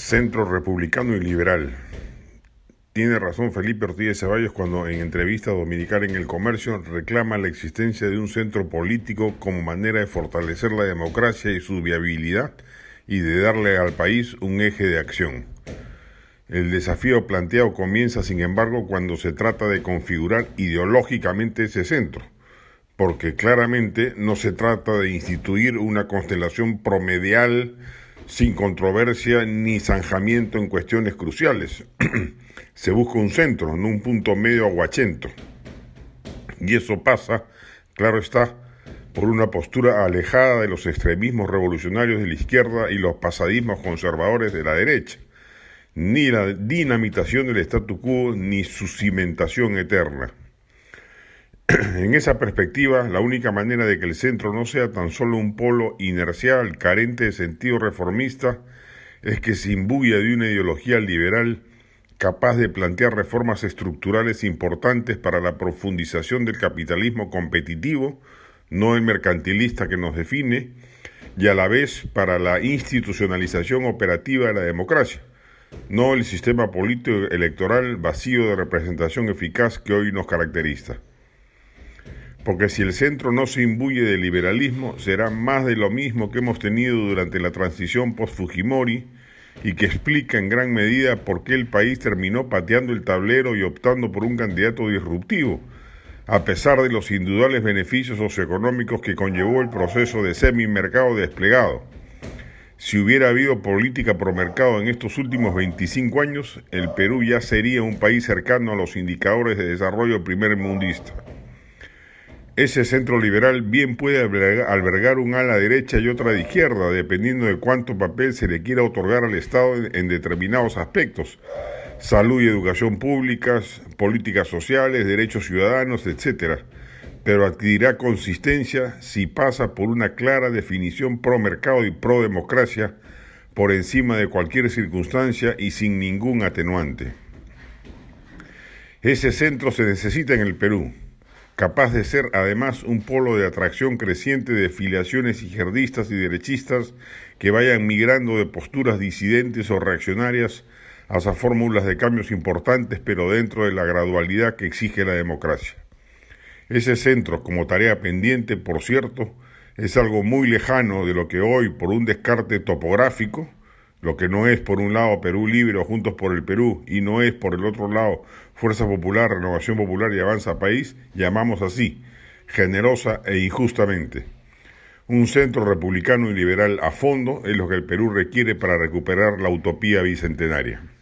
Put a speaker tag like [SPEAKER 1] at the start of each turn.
[SPEAKER 1] Centro republicano y liberal. Tiene razón Felipe Ortiz de Ceballos cuando en entrevista dominical en El Comercio reclama la existencia de un centro político como manera de fortalecer la democracia y su viabilidad y de darle al país un eje de acción. El desafío planteado comienza, sin embargo, cuando se trata de configurar ideológicamente ese centro, porque claramente no se trata de instituir una constelación promedial sin controversia ni zanjamiento en cuestiones cruciales. Se busca un centro, no un punto medio aguachento. Y eso pasa, claro está, por una postura alejada de los extremismos revolucionarios de la izquierda y los pasadismos conservadores de la derecha, ni la dinamitación del statu quo ni su cimentación eterna. En esa perspectiva, la única manera de que el centro no sea tan solo un polo inercial, carente de sentido reformista, es que se imbuya de una ideología liberal capaz de plantear reformas estructurales importantes para la profundización del capitalismo competitivo, no el mercantilista que nos define, y a la vez para la institucionalización operativa de la democracia, no el sistema político electoral vacío de representación eficaz que hoy nos caracteriza. Porque si el centro no se imbuye de liberalismo, será más de lo mismo que hemos tenido durante la transición post-Fujimori y que explica en gran medida por qué el país terminó pateando el tablero y optando por un candidato disruptivo, a pesar de los indudables beneficios socioeconómicos que conllevó el proceso de semimercado desplegado. Si hubiera habido política promercado en estos últimos 25 años, el Perú ya sería un país cercano a los indicadores de desarrollo primermundista. Ese centro liberal bien puede albergar un ala derecha y otra de izquierda, dependiendo de cuánto papel se le quiera otorgar al Estado en determinados aspectos: salud y educación públicas, políticas sociales, derechos ciudadanos, etc. Pero adquirirá consistencia si pasa por una clara definición pro mercado y pro democracia por encima de cualquier circunstancia y sin ningún atenuante. Ese centro se necesita en el Perú, capaz de ser además un polo de atracción creciente de filiaciones izquierdistas y derechistas que vayan migrando de posturas disidentes o reaccionarias hacia fórmulas de cambios importantes, pero dentro de la gradualidad que exige la democracia. Ese centro, como tarea pendiente, por cierto, es algo muy lejano de lo que hoy, por un descarte topográfico, lo que no es por un lado Perú Libre o Juntos por el Perú y no es por el otro lado Fuerza Popular, Renovación Popular y Avanza País, llamamos así, generosa e injustamente. Un centro republicano y liberal a fondo es lo que el Perú requiere para recuperar la utopía bicentenaria.